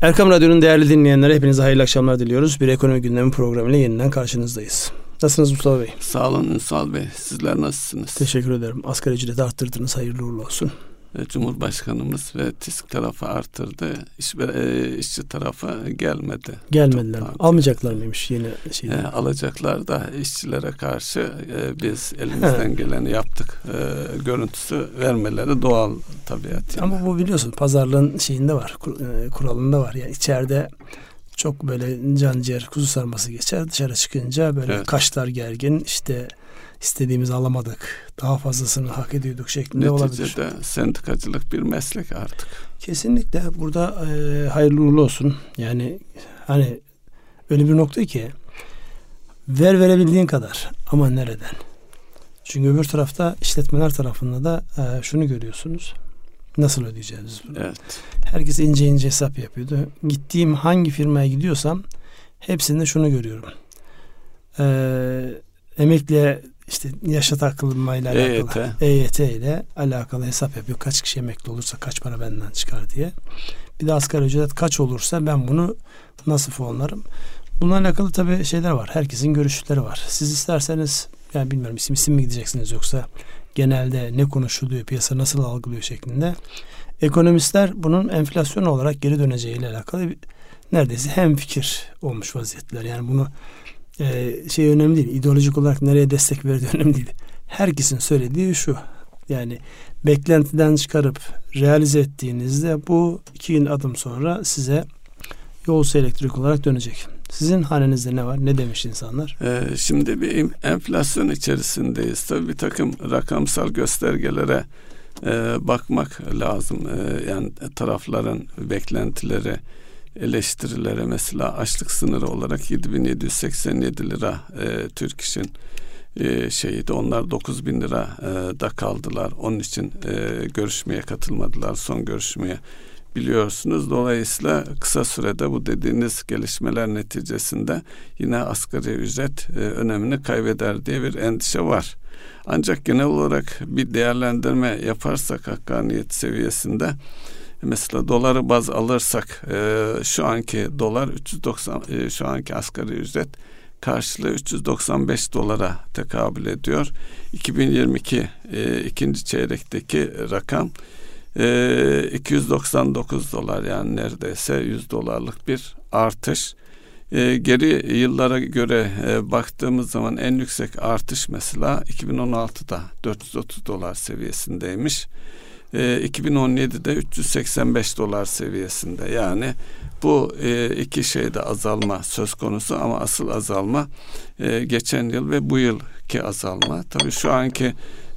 Erkam Radyo'nun değerli dinleyenlere hepinize hayırlı akşamlar diliyoruz. Bir ekonomi gündemi programıyla yeniden karşınızdayız. Nasılsınız Mustafa Bey? Sağ olun Ünsal Bey. Sizler nasılsınız? Teşekkür ederim. Asgari ücreti arttırdınız. Hayırlı uğurlu olsun. Cumhurbaşkanımız ve TİSK tarafı arttırdı. İşçi tarafı gelmedi. Gelmediler mi? Almayacaklar mıymış yeni şeyleri? Alacaklar da işçilere karşı biz elimizden geleni yaptık. Görüntüsü vermeleri doğal tabiat. Yani. Ama bu biliyorsun pazarlığın şeyinde var, kuralında var. Yani içeride çok böyle canciğer kuzu sarması geçer. Dışarı çıkınca böyle kaşlar gergin, işte istediğimizi alamadık, daha fazlasını hak ediyorduk şeklinde olabilir. Neticede sendikacılık bir meslek artık. Kesinlikle burada hayırlı uğurlu olsun. Yani hani öyle bir nokta ki verebildiğin kadar ama nereden? Çünkü öbür tarafta işletmeler tarafında da şunu görüyorsunuz. Nasıl ödeyeceğiz bunu? Evet. Herkes ince ince hesap yapıyordu. Gittiğim hangi firmaya gidiyorsam hepsinde şunu görüyorum. Emekliye işte yaşa takılmayla alakalı EYT ile alakalı hesap yapıyor. Kaç kişi emekli olursa kaç para benden çıkar diye. Bir de asgari ücret kaç olursa ben bunu nasıl fonlarım. Bununla alakalı tabii şeyler var. Herkesin görüşleri var. Siz isterseniz yani bilmiyorum isim mi gideceksiniz yoksa genelde ne konuşuluyor, piyasa nasıl algılıyor şeklinde. Ekonomistler bunun enflasyon olarak geri döneceğiyle alakalı neredeyse hemfikir olmuş vaziyetler. Yani bunu önemli değil. İdeolojik olarak nereye destek verdiği önemli değil. Herkesin söylediği şu. Yani beklentiden çıkarıp realize ettiğinizde bu 2 adım sonra size yolcu elektrik olarak dönecek. Sizin hanenizde ne var? Ne demiş insanlar? Şimdi bir enflasyon içerisindeyiz. Tabii bir takım rakamsal göstergelere bakmak lazım. Yani tarafların beklentileri, eleştirilere mesela açlık sınırı olarak 7.787 lira Türk İş'in şeydi. Onlar 9.000 lira da kaldılar. Onun için görüşmeye katılmadılar. Son görüşmeye biliyorsunuz. Dolayısıyla kısa sürede bu dediğiniz gelişmeler neticesinde yine asgari ücret önemini kaybeder diye bir endişe var. Ancak genel olarak bir değerlendirme yaparsak hakkaniyet seviyesinde mesela doları baz alırsak şu anki dolar 390 şu anki asgari ücret karşılığı 395 dolara tekabül ediyor. 2022 ikinci çeyrekteki rakam 299 dolar yani neredeyse 100 dolarlık bir artış. Geri yıllara göre baktığımız zaman en yüksek artış mesela 2016'da 430 dolar seviyesindeymiş. 2017'de 385 dolar seviyesinde. Yani bu iki şeyde azalma söz konusu ama asıl azalma geçen yıl ve bu yılki azalma. Tabii şu anki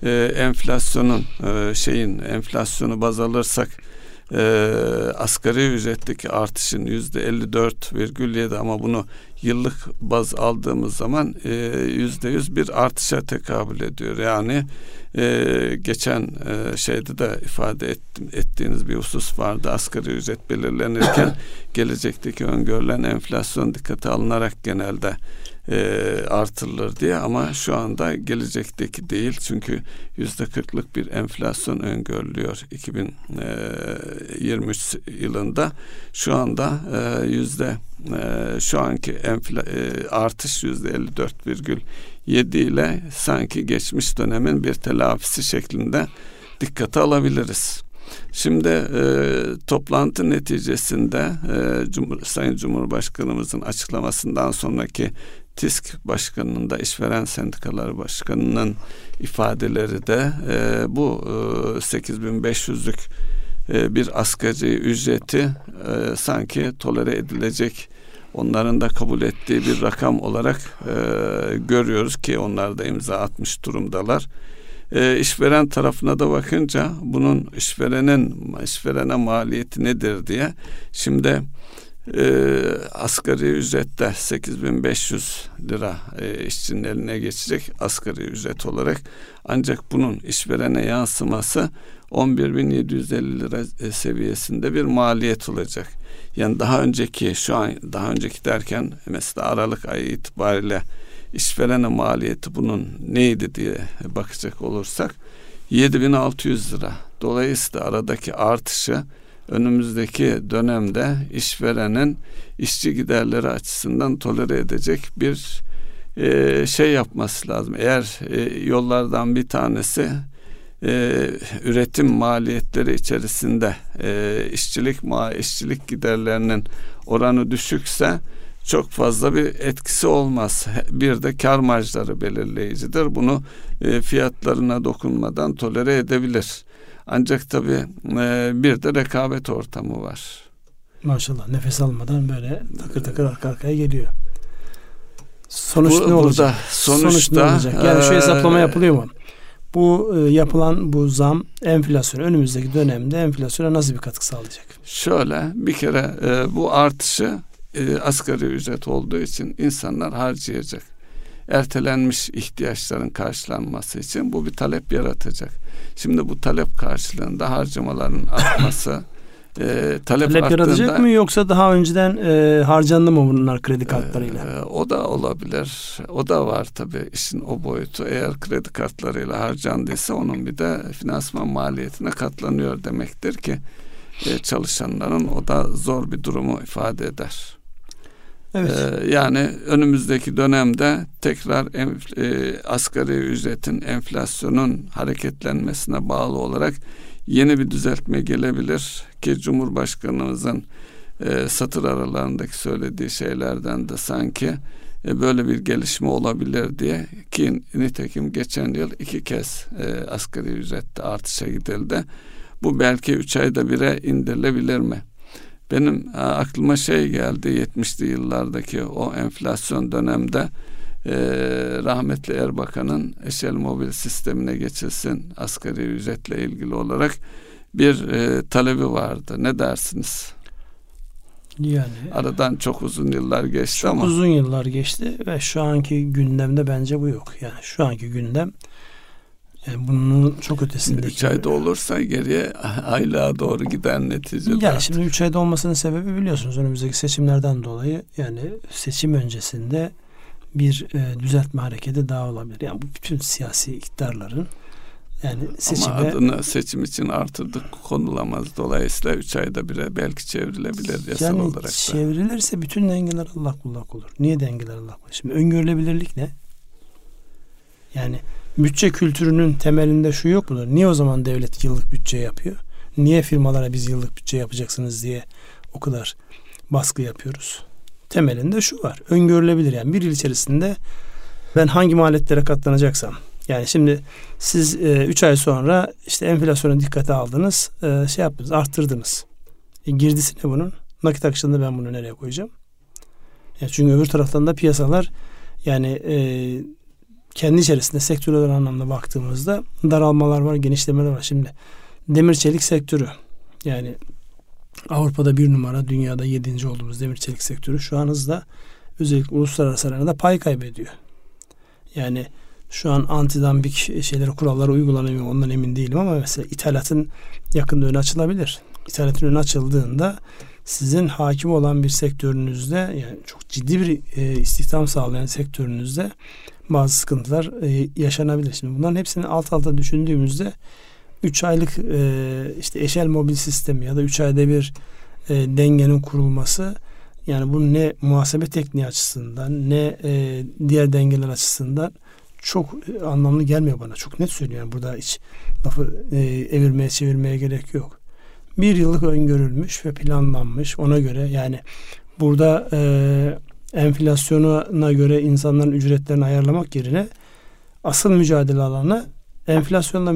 enflasyonu baz alırsak asgari ücretteki artışın %54,7 ama bunu yıllık baz aldığımız zaman %100 bir artışa tekabül ediyor. Yani geçen şeyde de ifade ettiğiniz bir husus vardı. Asgari ücret belirlenirken gelecekteki öngörülen enflasyon dikkate alınarak genelde artırılır diye ama şu anda gelecekteki değil çünkü %40'lık bir enflasyon öngörülüyor 2023 yılında. Şu anda şu anki artış %54,7 ile sanki geçmiş dönemin bir telafisi şeklinde dikkate alabiliriz. Şimdi toplantı neticesinde Sayın Cumhurbaşkanımızın açıklamasından sonraki TİSK Başkanı'nın da İşveren Sendikaları Başkanı'nın ifadeleri de bu 8.500'lük bir asgari ücreti sanki tolere edilecek, onların da kabul ettiği bir rakam olarak görüyoruz ki onlar da imza atmış durumdalar. İşveren tarafına da bakınca bunun işverene maliyeti nedir diye şimdi asgari ücrette 8.500 lira işçinin eline geçecek asgari ücret olarak, ancak bunun işverene yansıması 11.750 lira seviyesinde bir maliyet olacak. Yani daha önceki derken mesela Aralık ayı itibariyle işverene maliyeti bunun neydi diye bakacak olursak 7.600 lira. Dolayısıyla aradaki artışı önümüzdeki dönemde işverenin işçi giderleri açısından tolere edecek bir şey yapması lazım. Eğer yollardan bir tanesi üretim maliyetleri içerisinde işçilik giderlerinin oranı düşükse çok fazla bir etkisi olmaz. Bir de kar marjları belirleyicidir. Bunu fiyatlarına dokunmadan tolere edebilir. Ancak tabii bir de rekabet ortamı var. Maşallah, nefes almadan böyle takır takır arka arkaya geliyor. Sonuç ne olacak? Sonuç ne olacak? Yani şu hesaplama yapılıyor mu? Bu yapılan bu zam enflasyona, önümüzdeki dönemde enflasyona nasıl bir katkı sağlayacak? Şöyle, bir kere bu artışı asgari ücret olduğu için insanlar harcayacak. Ertelenmiş ihtiyaçların karşılanması için bu bir talep yaratacak. Şimdi bu talep karşılığında harcamaların artması, talep yaratacak mı, yoksa daha önceden harcandı mı bunlar kredi kartlarıyla? O da olabilir. O da var tabii, işin o boyutu. Eğer kredi kartlarıyla harcandıysa onun bir de finansman maliyetine katlanıyor demektir ki çalışanların o da zor bir durumu ifade eder. Evet. Yani önümüzdeki dönemde tekrar asgari ücretin enflasyonun hareketlenmesine bağlı olarak yeni bir düzeltme gelebilir ki Cumhurbaşkanımızın satır aralarındaki söylediği şeylerden de sanki böyle bir gelişme olabilir diye, ki nitekim geçen yıl 2 kez asgari ücrette artışa gidildi. Bu belki 3 ayda bire indirilebilir mi? Benim aklıma şey geldi, 70'li yıllardaki o enflasyon dönemde rahmetli Erbakan'ın eşel mobil sistemine geçilsin asgari ücretle ilgili olarak bir talebi vardı. Ne dersiniz? Yani aradan çok uzun yıllar geçti çok ama. Çok uzun yıllar geçti ve şu anki gündemde bence bu yok. Yani şu anki gündem bunun çok ötesindeki. 3 ayda olursa geriye aylığa doğru giden neticede. Yani şimdi 3 ayda olmasının sebebi biliyorsunuz önümüzdeki seçimlerden dolayı, yani seçim öncesinde bir düzeltme hareketi daha olabilir. Yani bu bütün siyasi iktidarların yani seçime... Ama adını seçim için artırdık konulamaz. Dolayısıyla 3 ayda bire belki çevrilebilir yasal yani olarak da. Çevrilirse bütün dengeler allak bullak olur. Niye dengeler allak bullak? Şimdi öngörülebilirlik ne? Yani bütçe kültürünün temelinde şu yok mudur? Niye o zaman devlet yıllık bütçe yapıyor? Niye firmalara biz yıllık bütçe yapacaksınız diye o kadar baskı yapıyoruz? Temelinde şu var. Öngörülebilir, yani bir yıl içerisinde ben hangi maliyetlere katlanacaksam, yani şimdi siz 3 ay sonra işte enflasyona dikkate aldınız, şey yaptınız, arttırdınız. Girdisi ne bunun? Nakit akışında ben bunu nereye koyacağım? Yani çünkü öbür taraftan da piyasalar yani kendi içerisinde sektörel anlamda baktığımızda daralmalar var, genişlemeler var. Şimdi demir çelik sektörü, yani Avrupa'da 1 numara, dünyada 7. olduğumuz demir çelik sektörü şu an hızla özellikle uluslararası arenada pay kaybediyor. Yani şu an antidambik şeyleri, kuralları uygulanıyor, ondan emin değilim ama mesela ithalatın yakında önü açılabilir. İthalatın önü açıldığında sizin hakim olan bir sektörünüzde, yani çok ciddi bir istihdam sağlayan sektörünüzde bazı sıkıntılar yaşanabilir. Şimdi bunların hepsini alt alta düşündüğümüzde 3 aylık işte eşel mobil sistemi ya da 3 ayda bir dengenin kurulması, yani bu ne muhasebe tekniği açısından ne diğer dengeler açısından çok anlamlı gelmiyor bana. Çok net söylüyorum. Yani burada hiç lafı evirmeye çevirmeye gerek yok. 1 yıllık öngörülmüş ve planlanmış. Ona göre yani burada enflasyona göre insanların ücretlerini ayarlamak yerine asıl mücadele alanı enflasyonla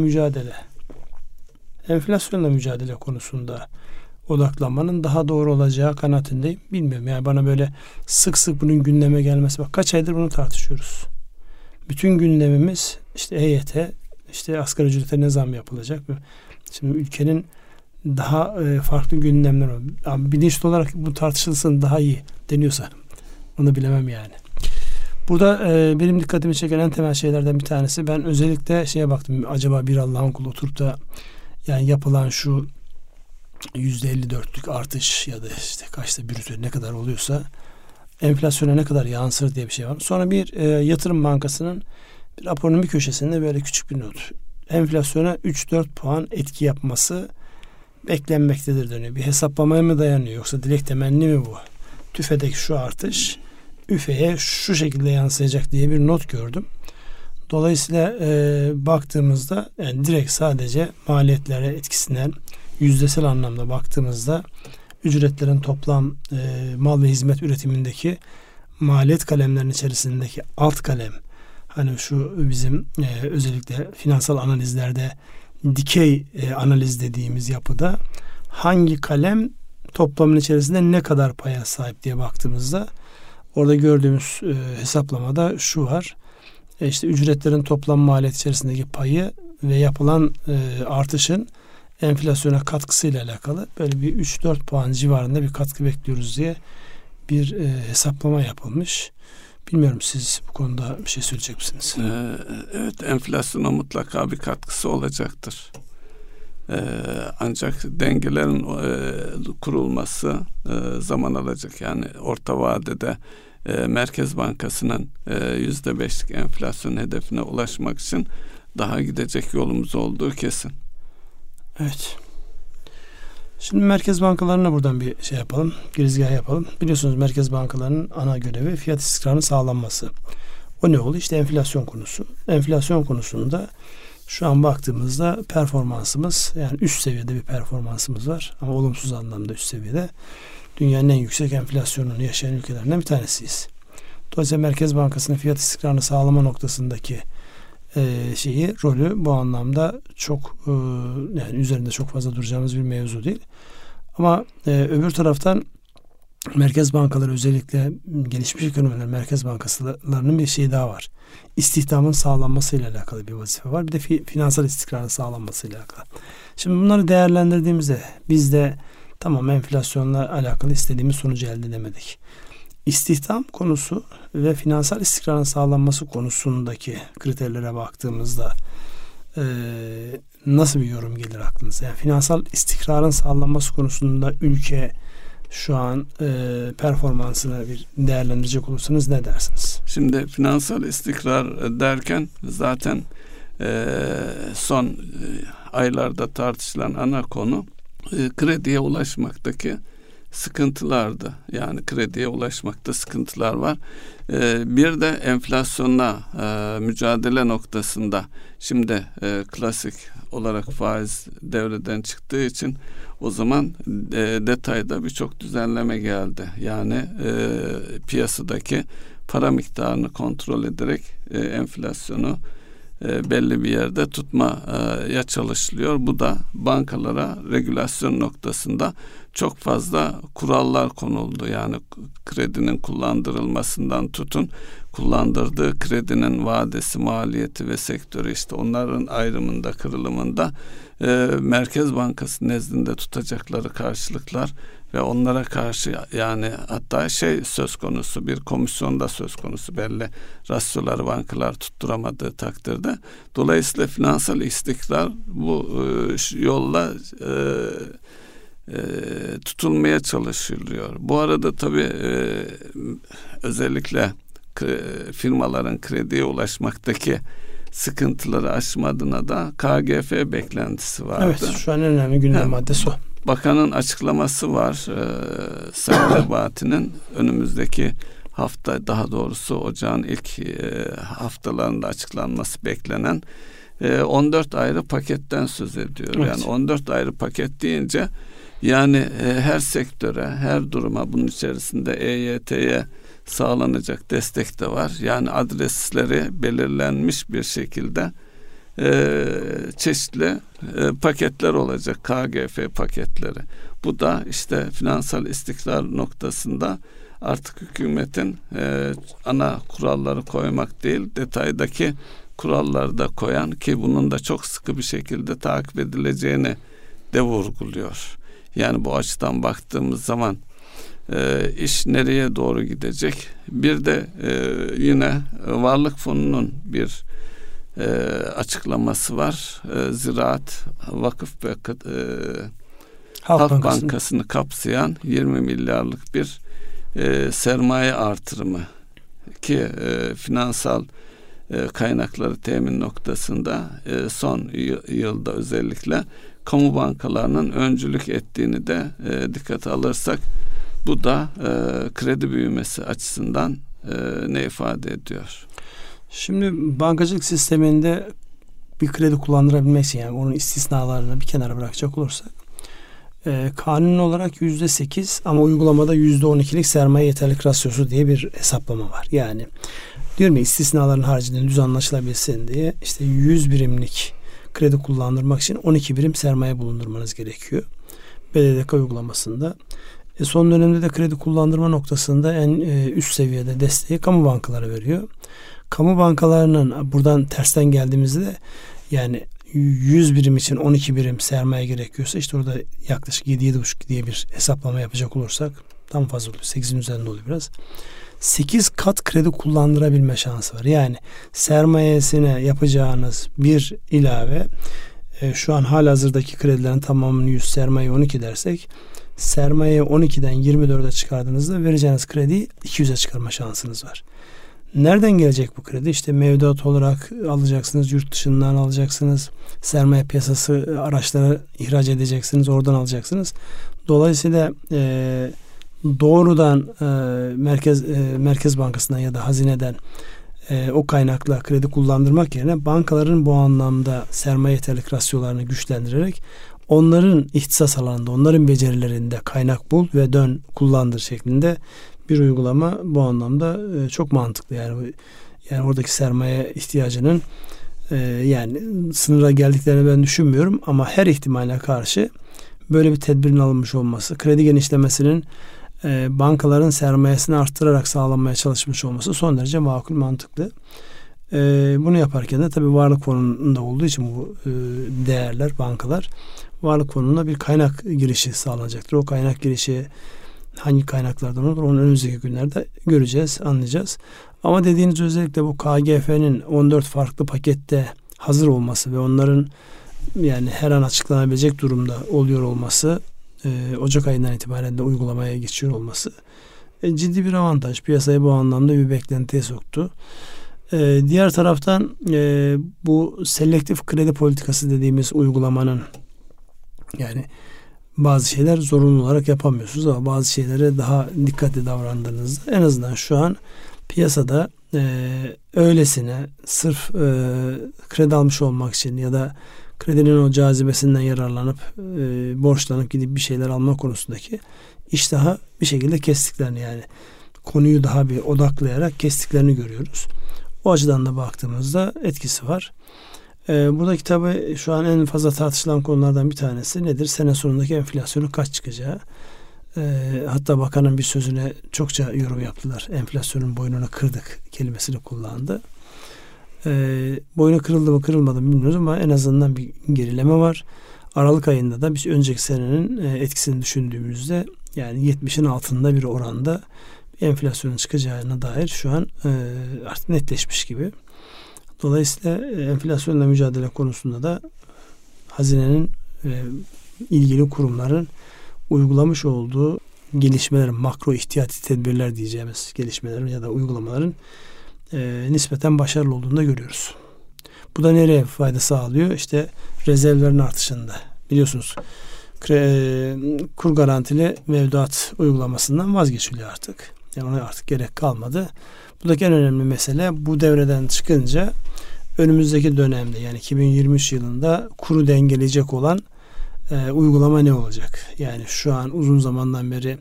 mücadele konusunda odaklanmanın daha doğru olacağı kanaatindeyim. Bilmiyorum, yani bana böyle sık sık bunun gündeme gelmesi, bak kaç aydır bunu tartışıyoruz. Bütün gündemimiz işte EYT, işte asgari ücrete ne zam yapılacak. Şimdi ülkenin daha farklı gündemler var. Ama bilinçli olarak bu tartışılsın daha iyi deniyorsa onu bilemem yani. Burada benim dikkatimi çeken en temel şeylerden bir tanesi, ben özellikle şeye baktım, acaba bir Allah'ın kulu oturup da yani yapılan şu %54'lük artış ya da işte kaçta brütü ne kadar oluyorsa enflasyona ne kadar yansır diye bir şey var. Sonra bir yatırım bankasının bir raporunun bir köşesinde böyle küçük bir not. Enflasyona 3-4 puan etki yapması beklenmektedir deniyor. Bir hesaplamaya mı dayanıyor yoksa dilek temenni mi bu? TÜFE'deki şu artış üfeye şu şekilde yansıyacak diye bir not gördüm. Dolayısıyla baktığımızda yani direkt sadece maliyetlere etkisinden yüzdesel anlamda baktığımızda ücretlerin toplam mal ve hizmet üretimindeki maliyet kalemlerinin içerisindeki alt kalem, hani şu bizim özellikle finansal analizlerde dikey analiz dediğimiz yapıda hangi kalem toplamın içerisinde ne kadar paya sahip diye baktığımızda orada gördüğümüz hesaplamada şu var. İşte ücretlerin toplam maliyet içerisindeki payı ve yapılan artışın enflasyona katkısıyla alakalı böyle bir 3-4 puan civarında bir katkı bekliyoruz diye bir hesaplama yapılmış. Bilmiyorum, siz bu konuda bir şey söyleyecek misiniz? Evet, enflasyona mutlaka bir katkısı olacaktır. Ancak dengelerin kurulması zaman alacak. Yani orta vadede Merkez Bankası'nın %5'lik enflasyon hedefine ulaşmak için daha gidecek yolumuz olduğu kesin. Evet. Şimdi merkez bankalarına buradan bir şey yapalım, girizgah yapalım. Biliyorsunuz merkez bankalarının ana görevi fiyat istikrarının sağlanması. O ne oldu? İşte enflasyon konusu. Enflasyon konusunda şu an baktığımızda performansımız, yani üst seviyede bir performansımız var ama olumsuz anlamda üst seviyede. Dünyanın en yüksek enflasyonunu yaşayan ülkelerinden bir tanesiyiz. Dolayısıyla Merkez Bankası'nın fiyat istikrarını sağlama noktasındaki rolü bu anlamda çok yani üzerinde çok fazla duracağımız bir mevzu değil. Ama öbür taraftan merkez bankaları, özellikle gelişmiş ekonomiler merkez bankalarının bir şeyi daha var. İstihdamın sağlanmasıyla alakalı bir vazife var. Bir de finansal istikrarın sağlanmasıyla alakalı. Şimdi bunları değerlendirdiğimizde biz de tamam enflasyonla alakalı istediğimiz sonucu elde edemedik. İstihdam konusu ve finansal istikrarın sağlanması konusundaki kriterlere baktığımızda nasıl bir yorum gelir aklınıza? Yani finansal istikrarın sağlanması konusunda ülke şu an performansını bir değerlendirecek olursanız ne dersiniz? Şimdi finansal istikrar derken zaten son aylarda tartışılan ana konu krediye ulaşmaktaki sıkıntılardı. Yani krediye ulaşmakta sıkıntılar var. Bir de enflasyonla mücadele noktasında şimdi klasik olarak faiz devreden çıktığı için o zaman detayda birçok düzenleme geldi. Yani piyasadaki para miktarını kontrol ederek enflasyonu belli bir yerde tutmaya çalışılıyor. Bu da bankalara regülasyon noktasında çok fazla kurallar konuldu. Yani kredinin kullandırılmasından tutun, kullandırdığı kredinin vadesi, maliyeti ve sektörü, işte onların ayrımında, kırılımında Merkez Bankası nezdinde tutacakları karşılıklar ve onlara karşı yani hatta söz konusu, bir komisyonda söz konusu, belli rasyoları bankalar tutturamadığı takdirde. Dolayısıyla finansal istikrar bu yolla tutulmaya çalışılıyor. Bu arada tabii özellikle firmaların krediye ulaşmaktaki sıkıntıları aşmadığına da KGF beklentisi vardı. Evet, şu an en önemli gündem maddesi o. Bakanın açıklaması var. Sayın Nebati'nin önümüzdeki hafta, daha doğrusu ocağın ilk haftalarında açıklanması beklenen 14 ayrı paketten söz ediyor. Evet. Yani 14 ayrı paket deyince yani her sektöre, her duruma, bunun içerisinde EYT'ye sağlanacak destek de var. Yani adresleri belirlenmiş bir şekilde çeşitli paketler olacak, KGF paketleri. Bu da işte finansal istikrar noktasında artık hükümetin ana kuralları koymak değil, detaydaki kuralları da koyan, ki bunun da çok sıkı bir şekilde takip edileceğini de vurguluyor. Yani bu açıdan baktığımız zaman iş nereye doğru gidecek? Bir de yine Varlık Fonu'nun bir açıklaması var. Ziraat, Vakıf ve Halk Bankası'nı kapsayan 20 milyarlık bir sermaye artırımı, ki finansal kaynakları temin noktasında son yılda özellikle kamu bankalarının öncülük ettiğini de dikkate alırsak bu da kredi büyümesi açısından ne ifade ediyor? Şimdi bankacılık sisteminde bir kredi kullandırabilmek için, yani onun istisnalarını bir kenara bırakacak olursak, kanun olarak %8 ama uygulamada %12'lik sermaye yeterlilik rasyosu diye bir hesaplama var. Yani diyorum ya, istisnaların haricinde düz anlaşılabilsin diye işte 100 birimlik kredi kullandırmak için 12 birim sermaye bulundurmanız gerekiyor. BDDK uygulamasında. Son dönemde de kredi kullandırma noktasında en üst seviyede desteği kamu bankaları veriyor. Kamu bankalarının buradan tersten geldiğimizde, yani 100 birim için 12 birim sermaye gerekiyorsa, işte orada yaklaşık 7-7,5 diye bir hesaplama yapacak olursak tam fazla oluyor. 8'in üzerinde oluyor biraz. 8 kat kredi kullandırabilme şansı var. Yani sermayesine yapacağınız bir ilave, şu an halihazırdaki kredilerin tamamının 100, sermaye 12 dersek, sermayeyi 12'den 24'e çıkardığınızda vereceğiniz krediyi 200'e çıkarma şansınız var. Nereden gelecek bu kredi? İşte mevduat olarak alacaksınız, yurt dışından alacaksınız, sermaye piyasası araçları ihraç edeceksiniz, oradan alacaksınız. Dolayısıyla doğrudan Merkez Bankası'ndan ya da hazineden o kaynakla kredi kullandırmak yerine bankaların bu anlamda sermaye yeterlilik rasyolarını güçlendirerek onların ihtisas alanında, onların becerilerinde kaynak bul ve dön, kullandır şeklinde bir uygulama bu anlamda çok mantıklı. Yani oradaki sermaye ihtiyacının yani sınıra geldiklerini ben düşünmüyorum, ama her ihtimale karşı böyle bir tedbirin alınmış olması, kredi genişlemesinin bankaların sermayesini arttırarak sağlanmaya çalışmış olması son derece makul, mantıklı. Bunu yaparken de tabii varlık fonunda olduğu için bu değerler, bankalar, varlık fonuna bir kaynak girişi sağlanacaktır. O kaynak girişi hangi kaynaklardan olur, onu önümüzdeki günlerde göreceğiz, anlayacağız. Ama dediğiniz, özellikle bu KGF'nin 14 farklı pakette hazır olması ve onların yani her an açıklanabilecek durumda oluyor olması, Ocak ayından itibaren de uygulamaya geçiyor olması ciddi bir avantaj. Piyasayı bu anlamda bir beklentiye soktu. Diğer taraftan bu selektif kredi politikası dediğimiz uygulamanın, yani bazı şeyler zorunlu olarak yapamıyorsunuz ama bazı şeylere daha dikkatli davrandığınızda en azından şu an piyasada öylesine sırf kredi almış olmak için ya da kredinin o cazibesinden yararlanıp borçlanıp gidip bir şeyler alma konusundaki iştahı bir şekilde kestiklerini, yani konuyu daha bir odaklayarak kestiklerini görüyoruz. O açıdan da baktığımızda etkisi var. Buradaki tabii şu an en fazla tartışılan konulardan bir tanesi nedir? Sene sonundaki enflasyonun kaç çıkacağı. Hatta bakanın bir sözüne çokça yorum yaptılar. Enflasyonun boynunu kırdık kelimesini kullandı. Boynu kırıldı mı kırılmadı mı bilmiyoruz ama en azından bir gerileme var. Aralık ayında da biz önceki senenin etkisini düşündüğümüzde yani 70'in altında bir oranda enflasyonun çıkacağına dair şu an artık netleşmiş gibi. Dolayısıyla enflasyonla mücadele konusunda da hazinenin ilgili kurumların uygulamış olduğu gelişmelerin, makro ihtiyati tedbirler diyeceğimiz gelişmelerin ya da uygulamaların nispeten başarılı olduğunu da görüyoruz. Bu da nereye fayda sağlıyor? İşte rezervlerin artışında. Biliyorsunuz kur garantili mevduat uygulamasından vazgeçiliyor artık. Yani ona artık gerek kalmadı. Buradaki en önemli mesele, bu devreden çıkınca önümüzdeki dönemde, yani 2023 yılında kuru dengeleyecek olan uygulama ne olacak? Yani şu an uzun zamandan beri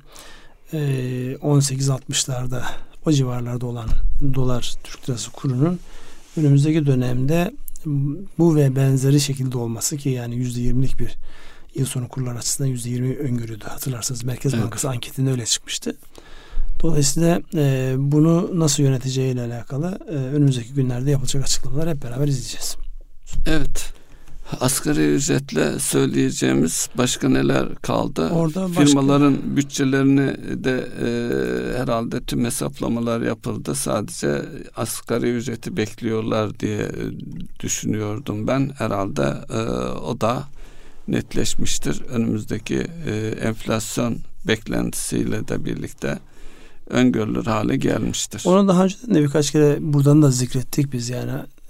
18.60'larda o civarlarda olan dolar Türk lirası kurunun önümüzdeki dönemde bu ve benzeri şekilde olması, ki yani %20'lik bir yıl sonu kurlar açısından %20 öngörüyordu. Hatırlarsanız Merkez Bankası anketinde öyle çıkmıştı. Dolayısıyla bunu nasıl yöneteceğiyle alakalı önümüzdeki günlerde yapılacak açıklamalar hep beraber izleyeceğiz. Evet. Asgari ücretle söyleyeceğimiz başka neler kaldı? Orada firmaların bütçelerini de herhalde tüm hesaplamalar yapıldı. Sadece asgari ücreti bekliyorlar diye düşünüyordum ben. Herhalde o da netleşmiştir. Önümüzdeki enflasyon beklentisiyle de birlikte öngörülür hale gelmiştir. Onu daha önce de birkaç kere buradan da zikrettik biz, yani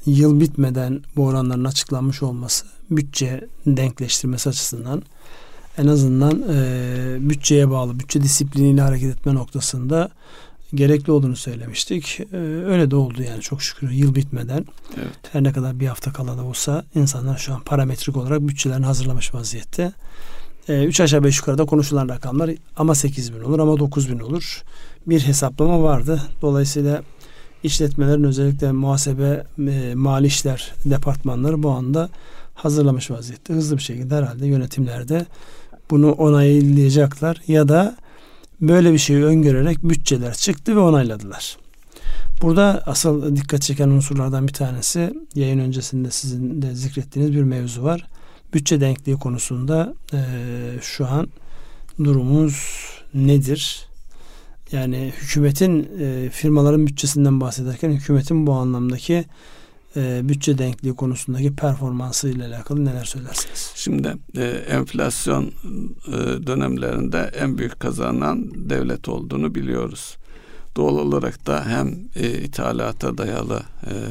yıl bitmeden bu oranların açıklanmış olması bütçe denkleştirmesi açısından en azından bütçeye bağlı, bütçe disipliniyle hareket etme noktasında gerekli olduğunu söylemiştik. Öyle de oldu yani, çok şükür yıl bitmeden. Evet. Her ne kadar bir hafta kala da olsa insanlar şu an parametrik olarak bütçelerini hazırlamış vaziyette. 3 aşağı 5 yukarıda konuşulan rakamlar ama 8.000 olur ama 9.000 olur. Bir hesaplama vardı. Dolayısıyla işletmelerin özellikle muhasebe, mali işler departmanları bu anda hazırlamış vaziyette. Hızlı bir şekilde herhalde yönetimlerde bunu onaylayacaklar ya da böyle bir şeyi öngörerek bütçeler çıktı ve onayladılar. Burada asıl dikkat çeken unsurlardan bir tanesi, yayın öncesinde sizin de zikrettiğiniz bir mevzu var. Bütçe denkliği konusunda şu an durumumuz nedir? Yani hükümetin, firmaların bütçesinden bahsederken hükümetin bu anlamdaki bütçe denkliği konusundaki performansı ile alakalı neler söylersiniz? Şimdi enflasyon dönemlerinde en büyük kazanan devlet olduğunu biliyoruz. Doğal olarak da hem ithalata dayalı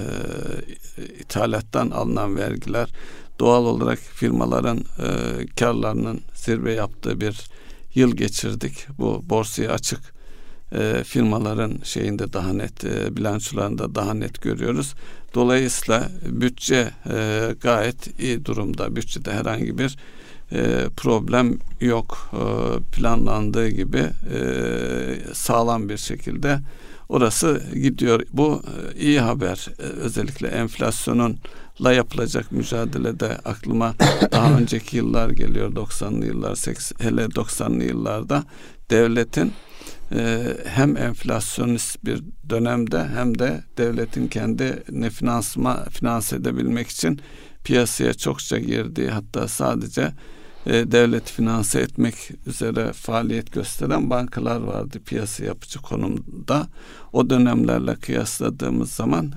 ithalattan alınan vergiler, doğal olarak firmaların karlarının zirve yaptığı bir yıl geçirdik. Bu borsaya açık firmaların şeyinde daha net, bilançolarında daha net görüyoruz. Dolayısıyla bütçe gayet iyi durumda. Bütçede herhangi bir problem yok. Planlandığı gibi sağlam bir şekilde orası gidiyor. Bu iyi haber. Özellikle enflasyonla yapılacak mücadelede aklıma daha önceki yıllar geliyor. 90'lı yıllar, hele 90'lı yıllarda devletin hem enflasyonist bir dönemde hem de devletin kendini finanse edebilmek için piyasaya çokça girdiği, hatta sadece devlet finanse etmek üzere faaliyet gösteren bankalar vardı piyasa yapıcı konumda. O dönemlerle kıyasladığımız zaman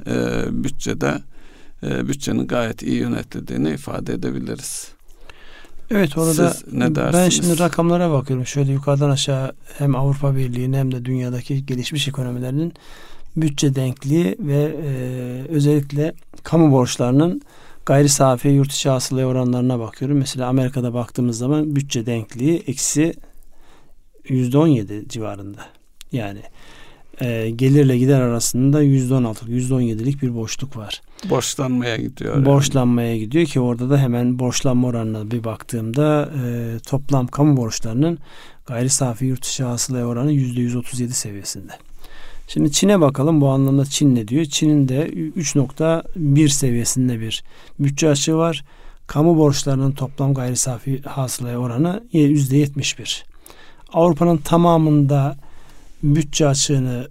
bütçenin gayet iyi yönetildiğini ifade edebiliriz. Evet, orada siz ne dersiniz? Ben şimdi rakamlara bakıyorum. Şöyle yukarıdan aşağı hem Avrupa Birliği'nin hem de dünyadaki gelişmiş ekonomilerinin bütçe denkliği ve özellikle kamu borçlarının gayri safi yurt içi hasılaya oranlarına bakıyorum. Mesela Amerika'da baktığımız zaman bütçe denkliği eksi %17 civarında. Yani gelirle gider arasında %16, %17'lik bir boşluk var. Borçlanmaya gidiyor. Borçlanmaya gidiyor ki orada da hemen borçlanma oranına bir baktığımda toplam kamu borçlarının gayri safi yurt içi hasılaya oranı %137 seviyesinde. Şimdi Çin'e bakalım, bu anlamda Çin ne diyor? Çin'in de 3.1 seviyesinde bir bütçe açığı var. Kamu borçlarının toplam gayri safi hasılaya oranı %71. Avrupa'nın tamamında bütçe açığının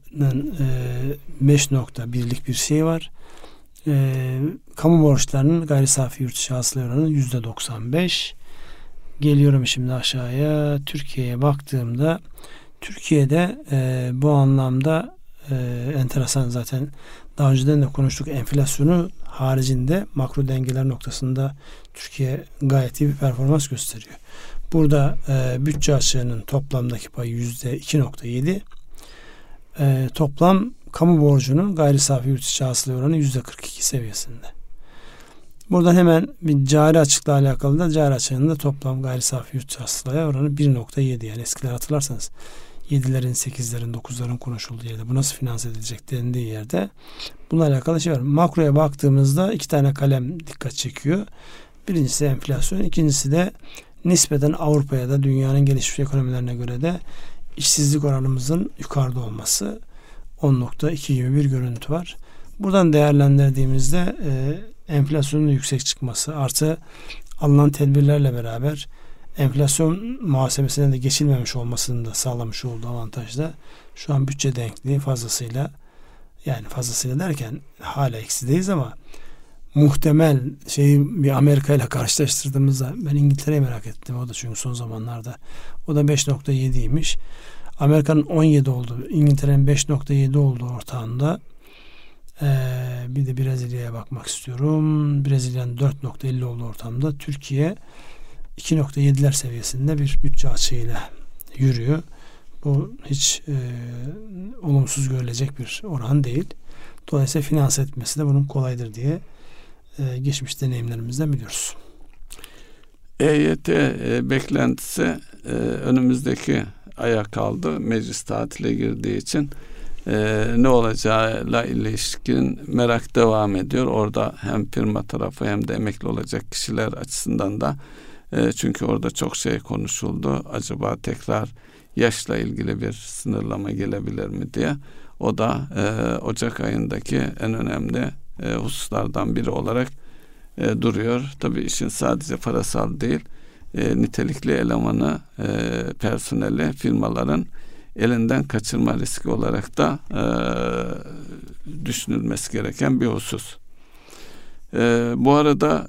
5.1'lik bir şey var. Kamu borçlarının gayri safi yurt içi hasılaya oranı %95. Geliyorum şimdi aşağıya. Türkiye'ye baktığımda Türkiye'de bu anlamda enteresan, zaten daha önceden de konuştuk, enflasyonu haricinde makro dengeler noktasında Türkiye gayet iyi bir performans gösteriyor. Burada bütçe açığının toplamdaki payı %2.7. Toplam kamu borcunun gayri safi yurt içi hasılaya oranı %42 seviyesinde. Buradan hemen bir cari açıkla alakalı da cari açığında toplam gayri safi yurt içi hasılaya oranı 1.7, yani eskiler hatırlarsanız 7'lerin, 8'lerin, 9'ların konuşulduğu yerde, bu nasıl finanse edilecek dendiği yerde bununla alakalı şey var. Makroya baktığımızda 2 tane kalem dikkat çekiyor. Birincisi enflasyon, ikincisi de nispeten Avrupa'ya da dünyanın gelişmiş ekonomilerine göre de işsizlik oranımızın yukarıda olması. 10.2 gibi bir görüntü var. Buradan değerlendirdiğimizde enflasyonun yüksek çıkması artı alınan tedbirlerle beraber enflasyon muhasebesine de geçilmemiş olmasını da sağlamış olduğu avantajda şu an bütçe denkliği fazlasıyla, yani fazlasıyla derken hala eksideyiz ama muhtemel şeyi bir Amerika ile karşılaştırdığımızda, ben İngiltere'yi merak ettim, o da çünkü son zamanlarda o da 5.7'ymiş. Amerika'nın 17 olduğu, İngiltere'nin 5.7 olduğu ortağında bir de Brezilya'ya bakmak istiyorum. Brezilya'nın 4.50 olduğu ortamda Türkiye 2.7'ler seviyesinde bir bütçe açığıyla yürüyor. Bu hiç olumsuz görülecek bir oran değil. Dolayısıyla finanse etmesi de bunun kolaydır diye geçmiş deneyimlerimizden biliyoruz. EYT beklentisi önümüzdeki aya kaldı. Meclis tatile girdiği için ne olacağıyla ilişkin merak devam ediyor. Orada hem firma tarafı hem de emekli olacak kişiler açısından da çünkü orada çok şey konuşuldu. Acaba tekrar yaşla ilgili bir sınırlama gelebilir mi diye. O da Ocak ayındaki en önemli hususlardan biri olarak duruyor. Tabii işin sadece parasal değil, nitelikli elemanı, personeli firmaların elinden kaçırma riski olarak da düşünülmesi gereken bir husus. Bu arada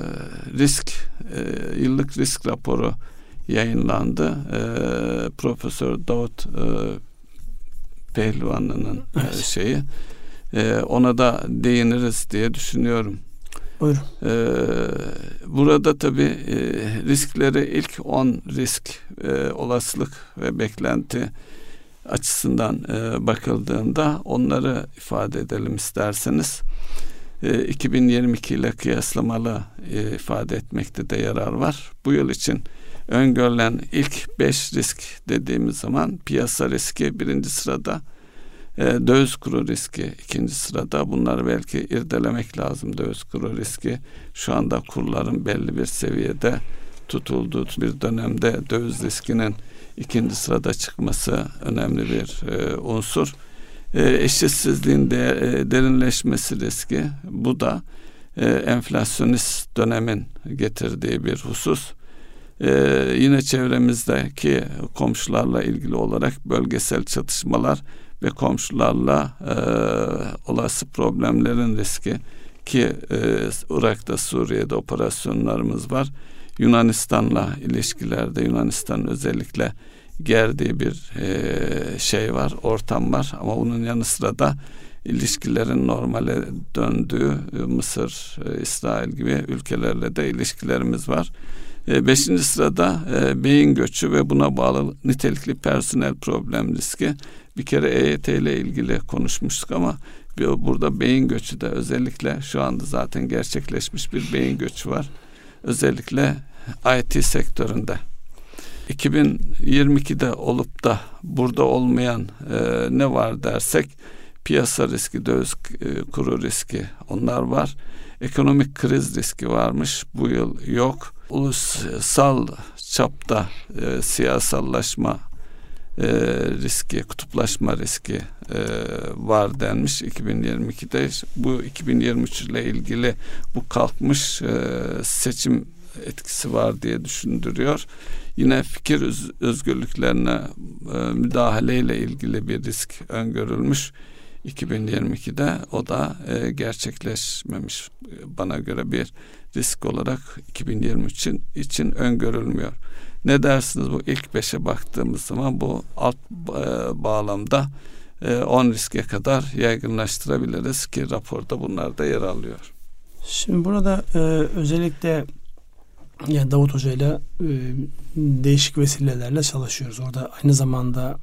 yıllık risk raporu yayınlandı. Profesör Davut Pehlivanlı'nın şeyi. Ona da değiniriz diye düşünüyorum. Buyurun. Burada tabii riskleri ilk 10 risk olasılık ve beklenti açısından bakıldığında onları ifade edelim isterseniz. 2022 ile kıyaslamalı ifade etmekte de yarar var. Bu yıl için öngörülen ilk 5 risk dediğimiz zaman piyasa riski birinci sırada, döviz kuru riski ikinci sırada. Bunları belki irdelemek lazım. Döviz kuru riski şu anda kurların belli bir seviyede tutulduğu bir dönemde döviz riskinin ikinci sırada çıkması önemli bir unsur. Eşitsizliğin derinleşmesi riski. Bu da enflasyonist dönemin getirdiği bir husus. Yine çevremizdeki komşularla ilgili olarak bölgesel çatışmalar ve komşularla olası problemlerin riski ki Irak'ta, Suriye'de operasyonlarımız var. Yunanistan'la ilişkilerde Yunanistan özellikle gerdiği bir şey var, ortam var ama bunun yanı sıra da ilişkilerin normale döndüğü Mısır, İsrail gibi ülkelerle de ilişkilerimiz var. 5. sırada beyin göçü ve buna bağlı nitelikli personel problem riski. Bir kere EYT ile ilgili konuşmuştuk ama burada beyin göçü de özellikle şu anda zaten gerçekleşmiş bir beyin göçü var. Özellikle IT sektöründe. 2022'de olup da burada olmayan ne var dersek piyasa riski, döviz kuru riski onlar var. Ekonomik kriz riski varmış. Bu yıl yok. Ulusal çapta siyasallaşma riski, kutuplaşma riski var denmiş 2022'de. Bu 2023 ile ilgili bu kalkmış seçim etkisi var diye düşündürüyor. Yine fikir özgürlüklerine müdahaleyle ilgili bir risk öngörülmüş 2022'de. O da gerçekleşmemiş. Bana göre bir risk olarak 2023 için öngörülmüyor. Ne dersiniz bu ilk 5'e baktığımız zaman bu alt bağlamda 10 riske kadar yaygınlaştırabiliriz ki raporda bunlar da yer alıyor. Şimdi burada özellikle yani Davut Hoca ile değişik vesilelerle çalışıyoruz. Orada aynı zamanda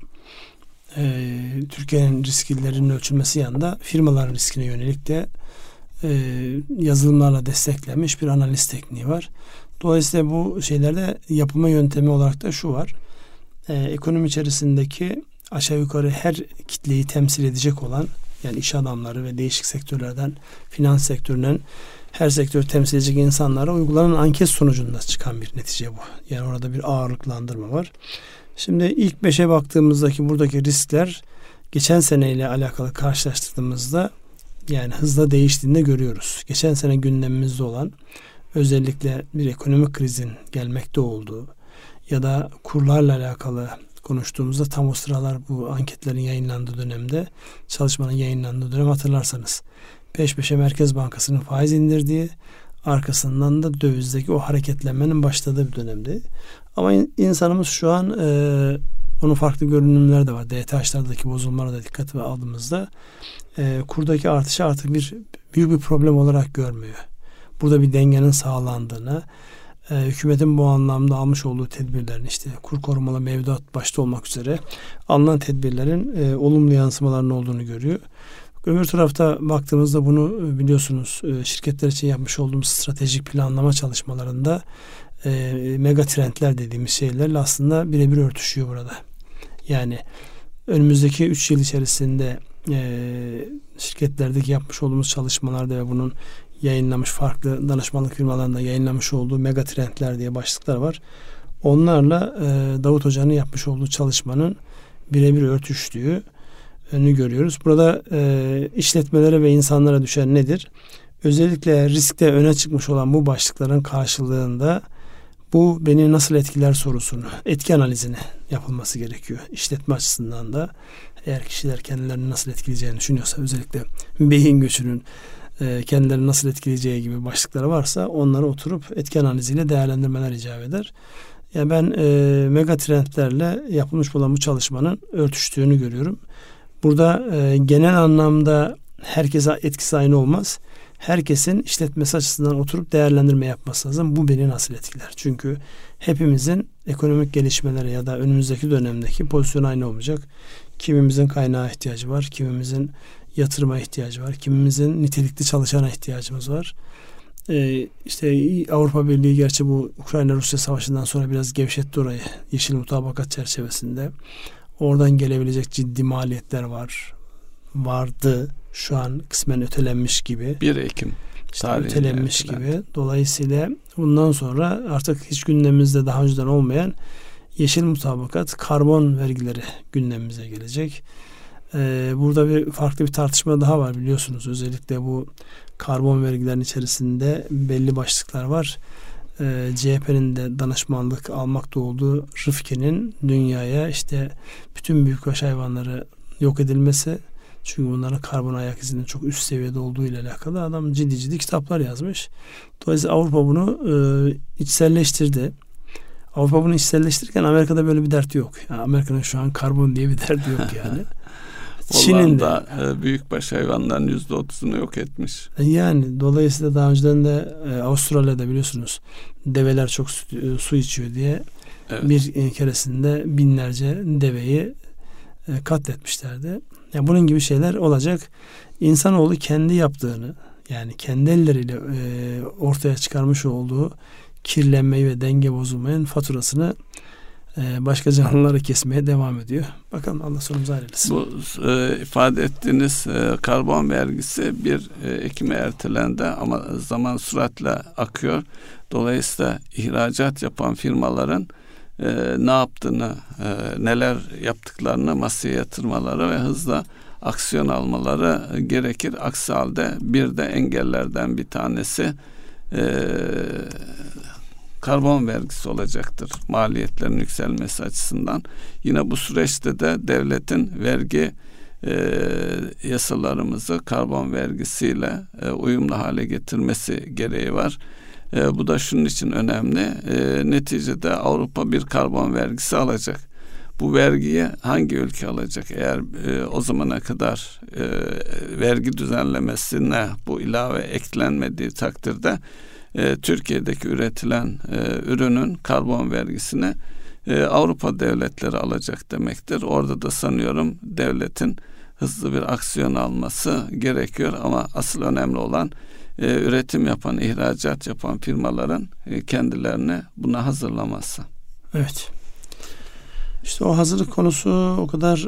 Türkiye'nin risklerinin ölçülmesi yanında firmaların riskine yönelik de yazılımlarla desteklenmiş bir analiz tekniği var. Dolayısıyla bu şeylerde yapılma yöntemi olarak da şu var. Ekonomi içerisindeki aşağı yukarı her kitleyi temsil edecek olan yani iş adamları ve değişik sektörlerden finans sektöründen her sektör temsil edecek insanlara uygulanan anket sonucunda çıkan bir netice bu. Yani orada bir ağırlıklandırma var. Şimdi ilk 5'e baktığımızdaki buradaki riskler geçen seneyle alakalı karşılaştırdığımızda yani hızla değiştiğini de görüyoruz. Geçen sene gündemimizde olan özellikle bir ekonomik krizin gelmekte olduğu ya da kurlarla alakalı konuştuğumuzda tam o sıralar bu anketlerin yayınlandığı dönemde çalışmanın yayınlandığı dönem hatırlarsanız peş peşe Merkez Bankası'nın faiz indirdiği arkasından da dövizdeki o hareketlenmenin başladığı bir dönemde. Ama insanımız şu an onun farklı görünümleri de var. DTH'lardaki bozulmalara da dikkate aldığımızda kurdaki artışı artık büyük bir problem olarak görmüyor. Burada bir dengenin sağlandığını, hükümetin bu anlamda almış olduğu tedbirlerin işte kur korumalı mevduat başta olmak üzere alınan tedbirlerin olumlu yansımalarının olduğunu görüyor. Öbür tarafta baktığımızda bunu biliyorsunuz şirketler için yapmış olduğumuz stratejik planlama çalışmalarında mega trendler dediğimiz şeylerle aslında birebir örtüşüyor burada. Yani önümüzdeki 3 yıl içerisinde şirketlerdeki yapmış olduğumuz çalışmalarda ve bunun yayınlamış farklı danışmanlık firmalarında yayınlamış olduğu mega trendler diye başlıklar var. Onlarla Davut Hoca'nın yapmış olduğu çalışmanın birebir örtüştüğünü görüyoruz. Burada işletmelere ve insanlara düşen nedir? Özellikle riskte öne çıkmış olan bu başlıkların karşılığında bu beni nasıl etkiler sorusunu, etki analizini yapılması gerekiyor. İşletme açısından da eğer kişiler kendilerini nasıl etkileyeceğini düşünüyorsa, özellikle beyin göçünün kendilerini nasıl etkileyeceği gibi başlıkları varsa onları oturup etki analiziyle değerlendirmeler icap eder. Yani ben mega trendlerle yapılmış olan bu çalışmanın örtüştüğünü görüyorum. Burada genel anlamda herkese etkisi aynı olmaz. Herkesin işletmesi açısından oturup değerlendirme yapması lazım. Bu beni nasıl etkiler? Çünkü hepimizin ekonomik gelişmelere ya da önümüzdeki dönemdeki pozisyonu aynı olmayacak. Kimimizin kaynağa ihtiyacı var, kimimizin yatırıma ihtiyacı var, kimimizin nitelikli çalışana ihtiyacımız var. İşte Avrupa Birliği gerçi bu Ukrayna-Rusya savaşından sonra biraz gevşetti orayı. Yeşil mutabakat çerçevesinde. Oradan gelebilecek ciddi maliyetler vardı. Şu an kısmen ötelenmiş gibi. 1 Ekim ötelenmiş gibi. Dolayısıyla bundan sonra artık hiç gündemimizde daha önceden olmayan yeşil mutabakat, karbon vergileri gündemimize gelecek. Burada farklı bir tartışma daha var biliyorsunuz. Özellikle bu karbon vergilerinin içerisinde belli başlıklar var. CHP'nin de danışmanlık almakta olduğu Rıfki'nin dünyaya işte bütün büyükbaş hayvanları yok edilmesi, çünkü bunların karbon ayak izinin çok üst seviyede olduğu ile alakalı adam ciddi kitaplar yazmış. Dolayısıyla Avrupa bunu içselleştirdi. Avrupa bunu içselleştirirken Amerika'da böyle bir dert yok. Yani Amerika'nın şu an karbon diye bir derdi yok yani. Çin'in de büyükbaş hayvanların %30'unu yok etmiş. Yani dolayısıyla daha önceden de Avustralya'da biliyorsunuz develer çok su içiyor diye bir keresinde binlerce deveyi katletmişlerdi. Yani bunun gibi şeyler olacak. İnsanoğlu kendi yaptığını, yani kendi elleriyle ortaya çıkarmış olduğu kirlenmeyi ve denge bozulmanın faturasını başka canlıları kesmeye devam ediyor. Bakalım Allah sonumuzu hayretsin. Bu ifade ettiğiniz karbon vergisi 1 Ekim'e ertelendi ama zaman süratle akıyor. Dolayısıyla ihracat yapan firmaların ne yaptığını, neler yaptıklarını masaya yatırmaları ve hızla aksiyon almaları gerekir. Aksi halde bir de engellerden bir tanesi karbon vergisi olacaktır. Maliyetlerin yükselmesi açısından. Yine bu süreçte de devletin vergi yasalarımızı karbon vergisiyle uyumlu hale getirmesi gereği var. Bu da şunun için önemli. Neticede Avrupa bir karbon vergisi alacak. Bu vergiyi hangi ülke alacak? Eğer o zamana kadar vergi düzenlemesine bu ilave eklenmediği takdirde Türkiye'deki üretilen ürünün karbon vergisini Avrupa devletleri alacak demektir. Orada da sanıyorum devletin hızlı bir aksiyon alması gerekiyor ama asıl önemli olan üretim yapan, ihracat yapan firmaların kendilerini buna hazırlaması. Evet. İşte o hazırlık konusu o kadar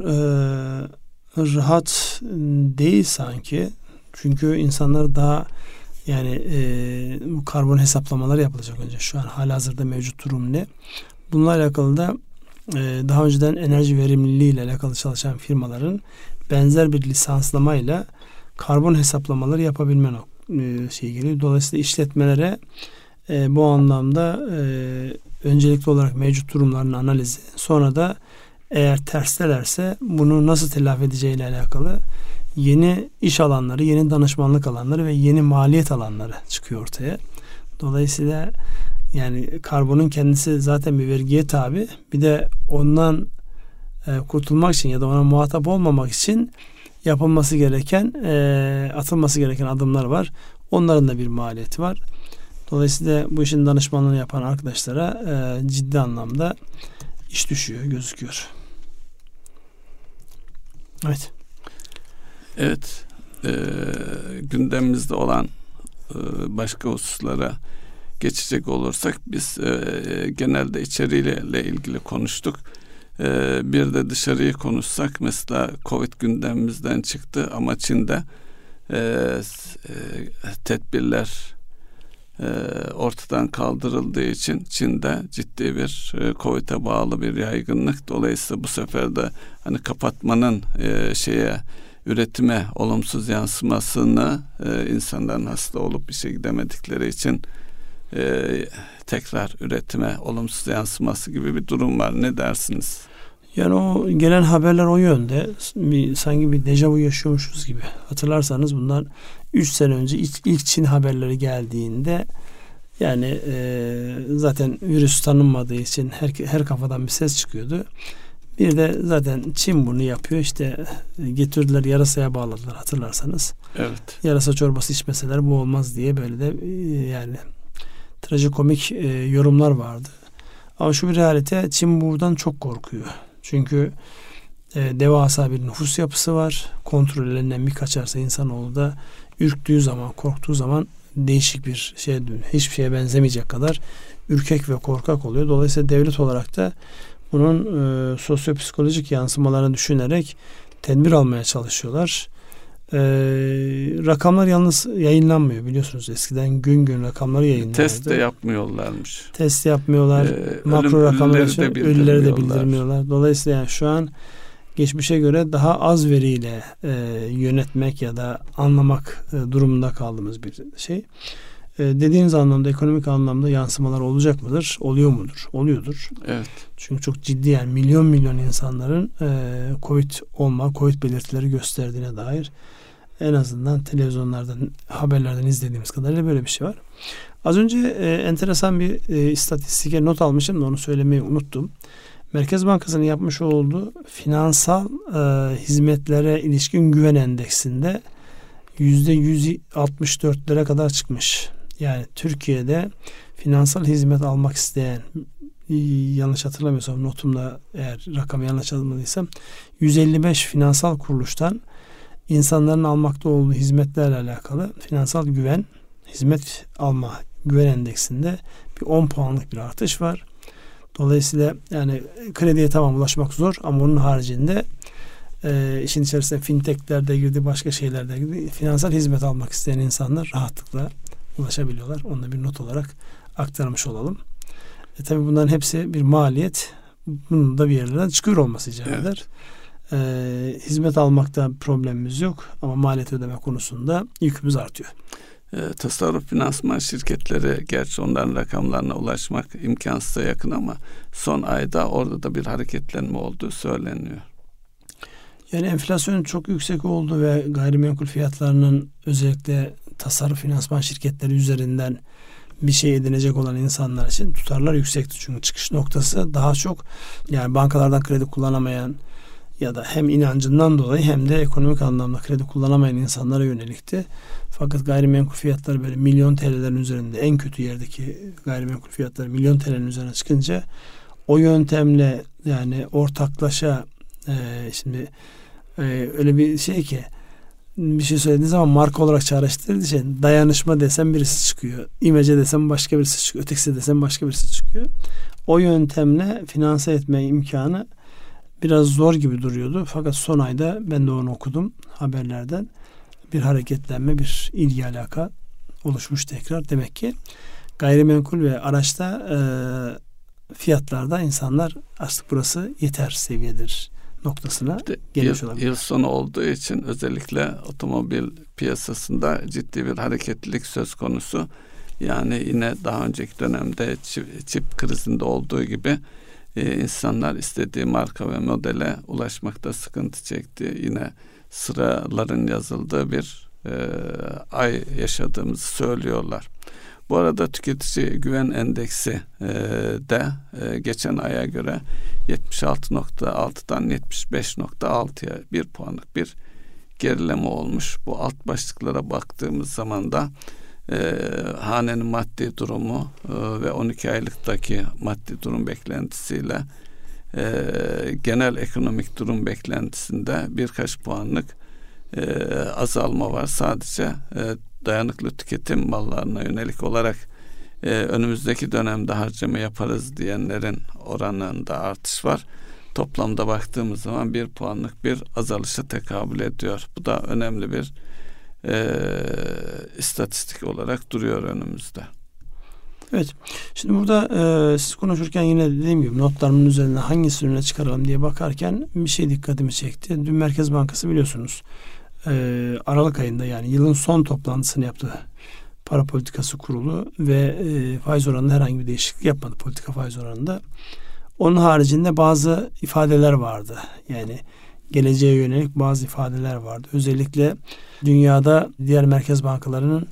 rahat değil sanki. Çünkü insanlar daha bu karbon hesaplamaları yapılacak önce. Şu an halihazırda mevcut durum ne? Bununla alakalı da daha önceden enerji verimliliği ile alakalı çalışan firmaların benzer bir lisanslamayla karbon hesaplamaları yapabilme geliyor. Dolayısıyla işletmelere bu anlamda öncelikli olarak mevcut durumların analizi, sonra da eğer terstelerse bunu nasıl telafi edeceğiyle alakalı yeni iş alanları, yeni danışmanlık alanları ve yeni maliyet alanları çıkıyor ortaya. Dolayısıyla yani karbonun kendisi zaten bir vergiye tabi. Bir de ondan kurtulmak için ya da ona muhatap olmamak için yapılması gereken, atılması gereken adımlar var. Onların da bir maliyeti var. Dolayısıyla bu işin danışmanlığını yapan arkadaşlara ciddi anlamda iş düşüyor, gözüküyor. Evet. Evet. gündemimizde olan başka hususlara geçecek olursak biz genelde içeriğiyle ilgili konuştuk. Bir de dışarıyı konuşsak mesela Covid gündemimizden çıktı ama Çin'de tedbirler ortadan kaldırıldığı için Çin'de ciddi bir Covid'e bağlı bir yaygınlık. Dolayısıyla bu sefer de hani kapatmanın üretime olumsuz yansımasını insanların hasta olup işe gidemedikleri için tekrar üretime olumsuz yansıması gibi bir durum var. Ne dersiniz? Yani o gelen haberler o yönde. Sanki bir dejavu yaşıyormuşuz gibi. Hatırlarsanız bundan 3 sene önce ilk Çin haberleri geldiğinde yani zaten virüs tanınmadığı için her kafadan bir ses çıkıyordu. Bir de zaten Çin bunu yapıyor. İşte getirdiler, yarasaya bağladılar hatırlarsanız. Evet. Yarasa çorbası içmeseler bu olmaz diye böyle de yani trajikomik yorumlar vardı. Ama şu bir realite, Çin buradan çok korkuyor. Çünkü devasa bir nüfus yapısı var. Kontrollerinden bir kaçarsa insanoğlu da ürktüğü zaman, korktuğu zaman değişik bir şeye dönüyor. Hiçbir şeye benzemeyecek kadar ürkek ve korkak oluyor. Dolayısıyla devlet olarak da bunun sosyopsikolojik yansımalarını düşünerek tedbir almaya çalışıyorlar. Rakamlar yalnız yayınlanmıyor biliyorsunuz. Eskiden gün rakamları yayınlanıyordu. Test de yapmıyorlarmış. Test yapmıyorlar. Makro rakamları ölüleri de bildirmiyorlar. Dolayısıyla yani şu an geçmişe göre daha az veriyle yönetmek ya da anlamak durumunda kaldığımız bir şey. Dediğiniz anlamda, ekonomik anlamda yansımalar olacak mıdır? Oluyor mudur? Oluyordur. Evet. Çünkü çok ciddi, yani milyon insanların Covid belirtileri gösterdiğine dair en azından televizyonlardan, haberlerden izlediğimiz kadarıyla böyle bir şey var. Az önce enteresan bir istatistike not almışım da onu söylemeyi unuttum. Merkez Bankası'nın yapmış olduğu finansal hizmetlere ilişkin güven endeksinde %164'lere kadar çıkmış. Yani Türkiye'de finansal hizmet almak isteyen, yanlış hatırlamıyorsam notumda, eğer rakamı yanlış almadıysam, 155 finansal kuruluştan insanların almakta olduğu hizmetlerle alakalı finansal güven, hizmet alma güven endeksinde bir 10 puanlık bir artış var. Dolayısıyla yani krediye tamam ulaşmak zor ama onun haricinde işin içerisinde fintechler de girdi, başka şeyler de girdi. Finansal hizmet almak isteyen insanlar rahatlıkla ulaşabiliyorlar. Onu da bir not olarak aktarmış olalım. Tabii bunların hepsi bir maliyet. Bunun da bir yerlerden çıkıyor olması icap eder. Hizmet almakta problemimiz yok ama maliyet ödeme konusunda yükümüz artıyor. Tasarruf finansman şirketleri, gerçi onların rakamlarına ulaşmak imkansıza yakın ama son ayda orada da bir hareketlenme olduğu söyleniyor. Yani enflasyon çok yüksek oldu ve gayrimenkul fiyatlarının özellikle tasarruf finansman şirketleri üzerinden bir şey edinecek olan insanlar için tutarlar yüksekti. Çünkü çıkış noktası daha çok yani bankalardan kredi kullanamayan ya da hem inancından dolayı hem de ekonomik anlamda kredi kullanamayan insanlara yönelikti. Fakat gayrimenkul fiyatları böyle milyon TL'lerin üzerinde, en kötü yerdeki gayrimenkul fiyatları milyon TL'nin üzerine çıkınca o yöntemle yani ortaklaşa şimdi öyle bir şey ki bir şey söylediğiniz zaman marka olarak çağrıştırdığı için dayanışma desem birisi çıkıyor. İmece desem başka birisi çıkıyor. Ötekisi desem başka birisi çıkıyor. O yöntemle finanse etme imkanı biraz zor gibi duruyordu. Fakat son ayda ben de onu okudum haberlerden. Bir hareketlenme, bir ilgi alaka oluşmuş tekrar. Demek ki gayrimenkul ve araçta fiyatlarda insanlar artık burası yeter seviyedir noktasına gelmiş olabilir. Yıl sonu olduğu için özellikle otomobil piyasasında ciddi bir hareketlilik söz konusu. Yani yine daha önceki dönemde çip krizinde olduğu gibi insanlar istediği marka ve modele ulaşmakta sıkıntı çekti. Yine sıraların yazıldığı bir ay yaşadığımızı söylüyorlar. Bu arada tüketici güven endeksi de geçen aya göre 76.6'dan 75.6'ya 1 puanlık bir gerileme olmuş. Bu alt başlıklara baktığımız zaman da hanenin maddi durumu ve 12 aylıktaki maddi durum beklentisiyle genel ekonomik durum beklentisinde birkaç puanlık azalma var. Sadece dayanıklı tüketim mallarına yönelik olarak önümüzdeki dönemde harcama yaparız diyenlerin oranında artış var. Toplamda baktığımız zaman 1 puanlık bir azalışa tekabül ediyor. Bu da önemli bir istatistik olarak duruyor önümüzde. Evet. Şimdi burada siz konuşurken yine dediğim gibi notlarımın üzerine hangisini öne çıkaralım diye bakarken bir şey dikkatimi çekti. Dün Merkez Bankası biliyorsunuz Aralık ayında, yani yılın son toplantısını yaptı. Para Politikası Kurulu ve faiz oranında herhangi bir değişiklik yapmadı, politika faiz oranında. Onun haricinde bazı ifadeler vardı. Yani geleceğe yönelik bazı ifadeler vardı. Özellikle dünyada diğer merkez bankalarının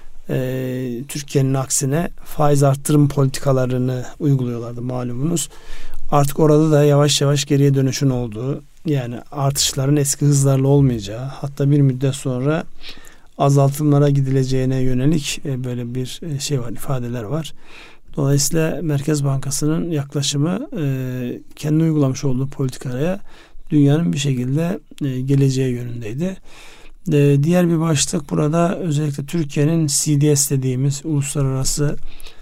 Türkiye'nin aksine faiz arttırım politikalarını uyguluyorlardı malumunuz. Artık orada da yavaş yavaş geriye dönüşün olduğu, yani artışların eski hızlarla olmayacağı, hatta bir müddet sonra azaltımlara gidileceğine yönelik böyle bir şey var, ifadeler var. Dolayısıyla Merkez Bankası'nın yaklaşımı kendi uygulamış olduğu politikaya dünyanın bir şekilde geleceği yönündeydi. Diğer bir başlık burada özellikle Türkiye'nin CDS dediğimiz uluslararası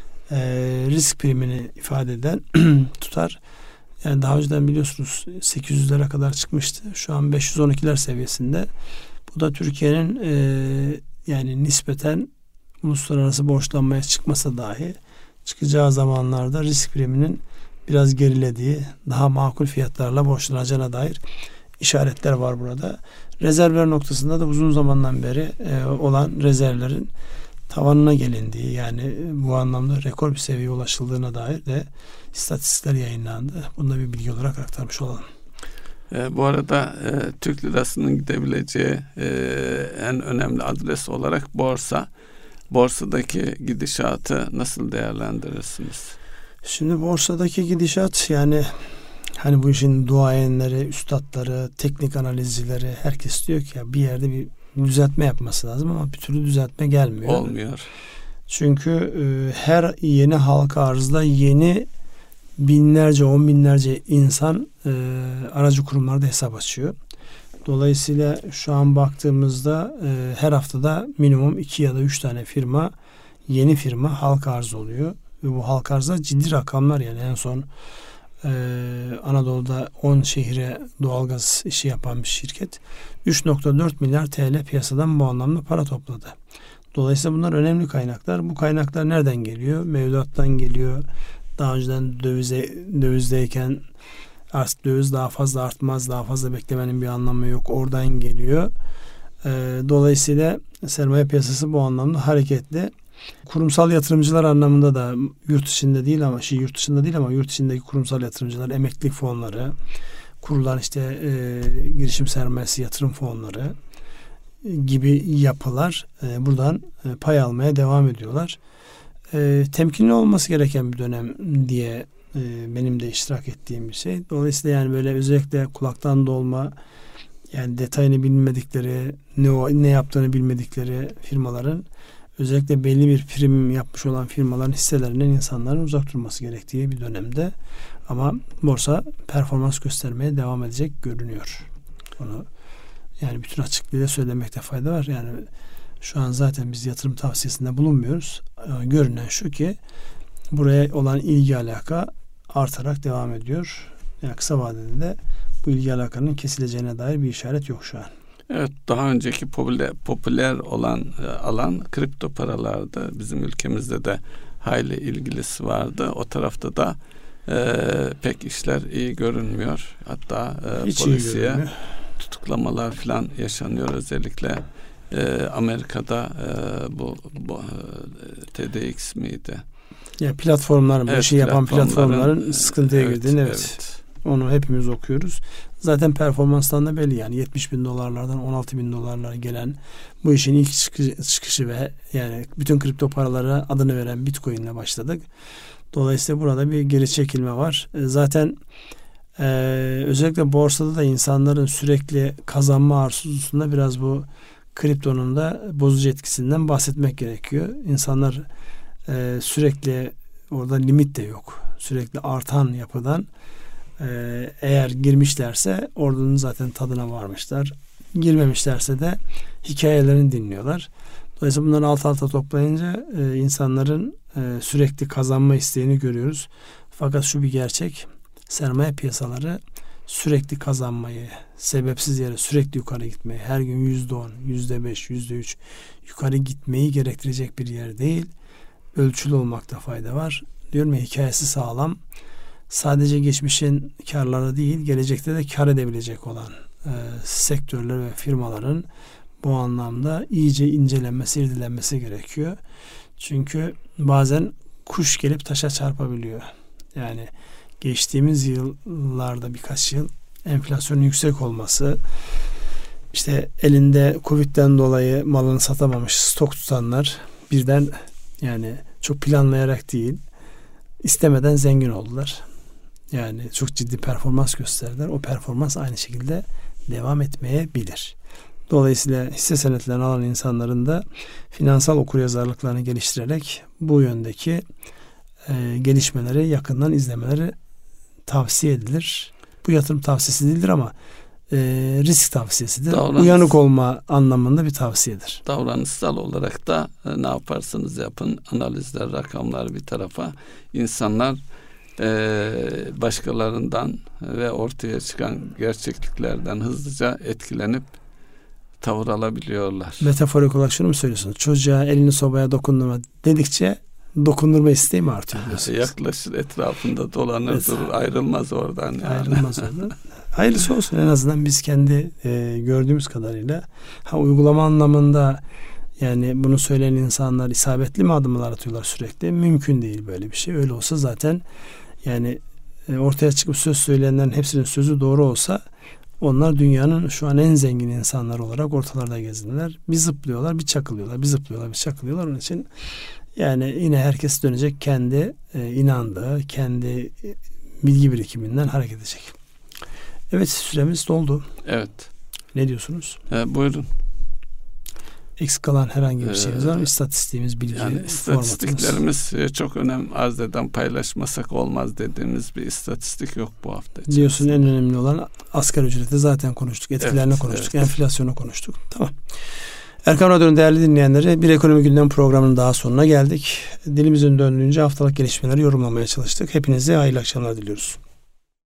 risk primini ifade eden tutar. Yani daha önceden biliyorsunuz 800'lere kadar çıkmıştı. Şu an 512'ler seviyesinde. Bu da Türkiye'nin yani nispeten uluslararası borçlanmaya çıkmasa dahi çıkacağı zamanlarda risk priminin biraz gerilediği, daha makul fiyatlarla borçlanacağına dair işaretler var burada. Rezervler noktasında da uzun zamandan beri olan rezervlerin tavanına gelindiği, yani bu anlamda rekor bir seviyeye ulaşıldığına dair de istatistikler yayınlandı. Bunu da bir bilgi olarak aktarmış olalım. Bu arada Türk lirasının gidebileceği en önemli adres olarak borsa. Borsadaki gidişatı nasıl değerlendirirsiniz? Şimdi borsadaki gidişat, yani hani bu işin duayenleri, üstadları, teknik analizcileri, herkes diyor ki ya bir yerde bir düzeltme yapması lazım ama bir türlü düzeltme gelmiyor. Olmuyor. Çünkü her yeni halka arzda yeni binlerce, on binlerce insan aracı kurumlarda hesap açıyor. Dolayısıyla şu an baktığımızda her haftada minimum 2 ya da 3 tane firma, yeni firma halka arz oluyor. Ve bu halka arzda ciddi rakamlar, yani en son Anadolu'da 10 şehre doğalgaz işi yapan bir şirket 3.4 milyar TL piyasadan bu anlamda para topladı. Dolayısıyla bunlar önemli kaynaklar. Bu kaynaklar nereden geliyor? Mevduattan geliyor. Daha önceden dövizdeyken artık döviz daha fazla artmaz, daha fazla beklemenin bir anlamı yok. Oradan geliyor. Dolayısıyla sermaye piyasası bu anlamda hareketli. Kurumsal yatırımcılar anlamında da yurt dışında değil ama yurt içindeki kurumsal yatırımcılar, emeklilik fonları, kurulan işte girişim sermayesi yatırım fonları gibi yapılar buradan pay almaya devam ediyorlar. Temkinli olması gereken bir dönem diye benim de iştirak ettiğim bir şey. Dolayısıyla yani böyle özellikle kulaktan dolma, yani detayını bilmedikleri, ne yaptığını bilmedikleri firmaların, özellikle belli bir prim yapmış olan firmaların hisselerinden insanların uzak durması gerektiği bir dönemde. Ama borsa performans göstermeye devam edecek görünüyor. Onu yani bütün açıklığıyla söylemekte fayda var. Yani şu an zaten biz yatırım tavsiyesinde bulunmuyoruz. Görünen şu ki buraya olan ilgi alaka artarak devam ediyor. Yani kısa vadede de bu ilgi alakanın kesileceğine dair bir işaret yok şu an. Evet, daha önceki popüler olan alan kripto paralardı. Bizim ülkemizde de hayli ilgilisi vardı. O tarafta da pek işler iyi görünmüyor. Hatta polisiye tutuklamalar falan yaşanıyor. Özellikle Amerika'da bu TDX miydi? Ya platformların, bu işi yapan platformların sıkıntıya girdiğini evet. Onu hepimiz okuyoruz. Zaten performanstan da belli, yani 70 bin dolarlardan 16 bin dolarlara gelen bu işin ilk çıkışı ve yani bütün kripto paralara adını veren Bitcoin ile başladık. Dolayısıyla burada bir geri çekilme var. Zaten özellikle borsada da insanların sürekli kazanma arzusunda biraz bu kriptonun da bozucu etkisinden bahsetmek gerekiyor. İnsanlar sürekli, orada limit de yok. Sürekli artan yapıdan eğer girmişlerse oradan zaten tadına varmışlar. Girmemişlerse de hikayelerini dinliyorlar. Dolayısıyla bunları alt alta toplayınca insanların sürekli kazanma isteğini görüyoruz. Fakat şu bir gerçek, sermaye piyasaları sürekli kazanmayı, sebepsiz yere sürekli yukarı gitmeyi, her gün %10, %5, %3 yukarı gitmeyi gerektirecek bir yer değil. Ölçülü olmakta fayda var. Diyorum ya, hikayesi sağlam. Sadece geçmişin karları değil, gelecekte de kar edebilecek olan sektörler ve firmaların bu anlamda iyice incelenmesi, irdelenmesi gerekiyor. Çünkü bazen kuş gelip taşa çarpabiliyor. Yani geçtiğimiz yıllarda birkaç yıl enflasyonun yüksek olması, işte elinde Covid'den dolayı malını satamamış stok tutanlar birden, yani çok planlayarak değil, istemeden zengin oldular. Yani çok ciddi performans gösterdiler. O performans aynı şekilde devam etmeyebilir. Dolayısıyla hisse senetlerini alan insanların da finansal okuryazarlıklarını geliştirerek bu yöndeki gelişmeleri yakından izlemeleri tavsiye edilir. Bu yatırım tavsiyesi değildir ama risk tavsiyesidir. Uyanık olma anlamında bir tavsiyedir. Davranışsal olarak da ne yaparsanız yapın, analizler, rakamlar bir tarafa, insanlar başkalarından ve ortaya çıkan gerçekliklerden hızlıca etkilenip tavır alabiliyorlar. Metaforik olarak şunu mu söylüyorsunuz? Çocuğa elini sobaya dokundurma dedikçe dokundurma isteği mi artıyor diyorsunuz? Yaklaşır, etrafında dolanır durur, ayrılmaz oradan. Yani. Ayrılmaz oradan. Hayırlısı olsun, en azından biz kendi gördüğümüz kadarıyla. Uygulama anlamında yani bunu söyleyen insanlar isabetli mi adımlar atıyorlar sürekli? Mümkün değil böyle bir şey. Öyle olsa zaten yani ortaya çıkıp söz söyleyenlerin hepsinin sözü doğru olsa onlar dünyanın şu an en zengin insanları olarak ortalarda gezinirler. Bir zıplıyorlar, bir çakılıyorlar, bir zıplıyorlar, bir çakılıyorlar. Onun için yani yine herkes dönecek kendi inandığı, kendi bilgi birikiminden hareket edecek. Evet, süremiz doldu. Evet. Ne diyorsunuz? Buyurun. Eksik kalan herhangi bir şeyimiz var mı? İstatistiğimiz, bilgi, yani istatistiklerimiz çok önem arz eden, paylaşmasak olmaz dediğimiz bir istatistik yok bu hafta içerisinde. Diyorsun, en önemli olan asgari ücreti zaten konuştuk. Etkilerini konuştuk. Evet. Enflasyonu konuştuk. Tamam. Erkam Radyo'nun değerli dinleyenleri, bir ekonomi gündem programının daha sonuna geldik. Dilimizin döndüğünce haftalık gelişmeleri yorumlamaya çalıştık. Hepinize hayırlı akşamlar diliyoruz.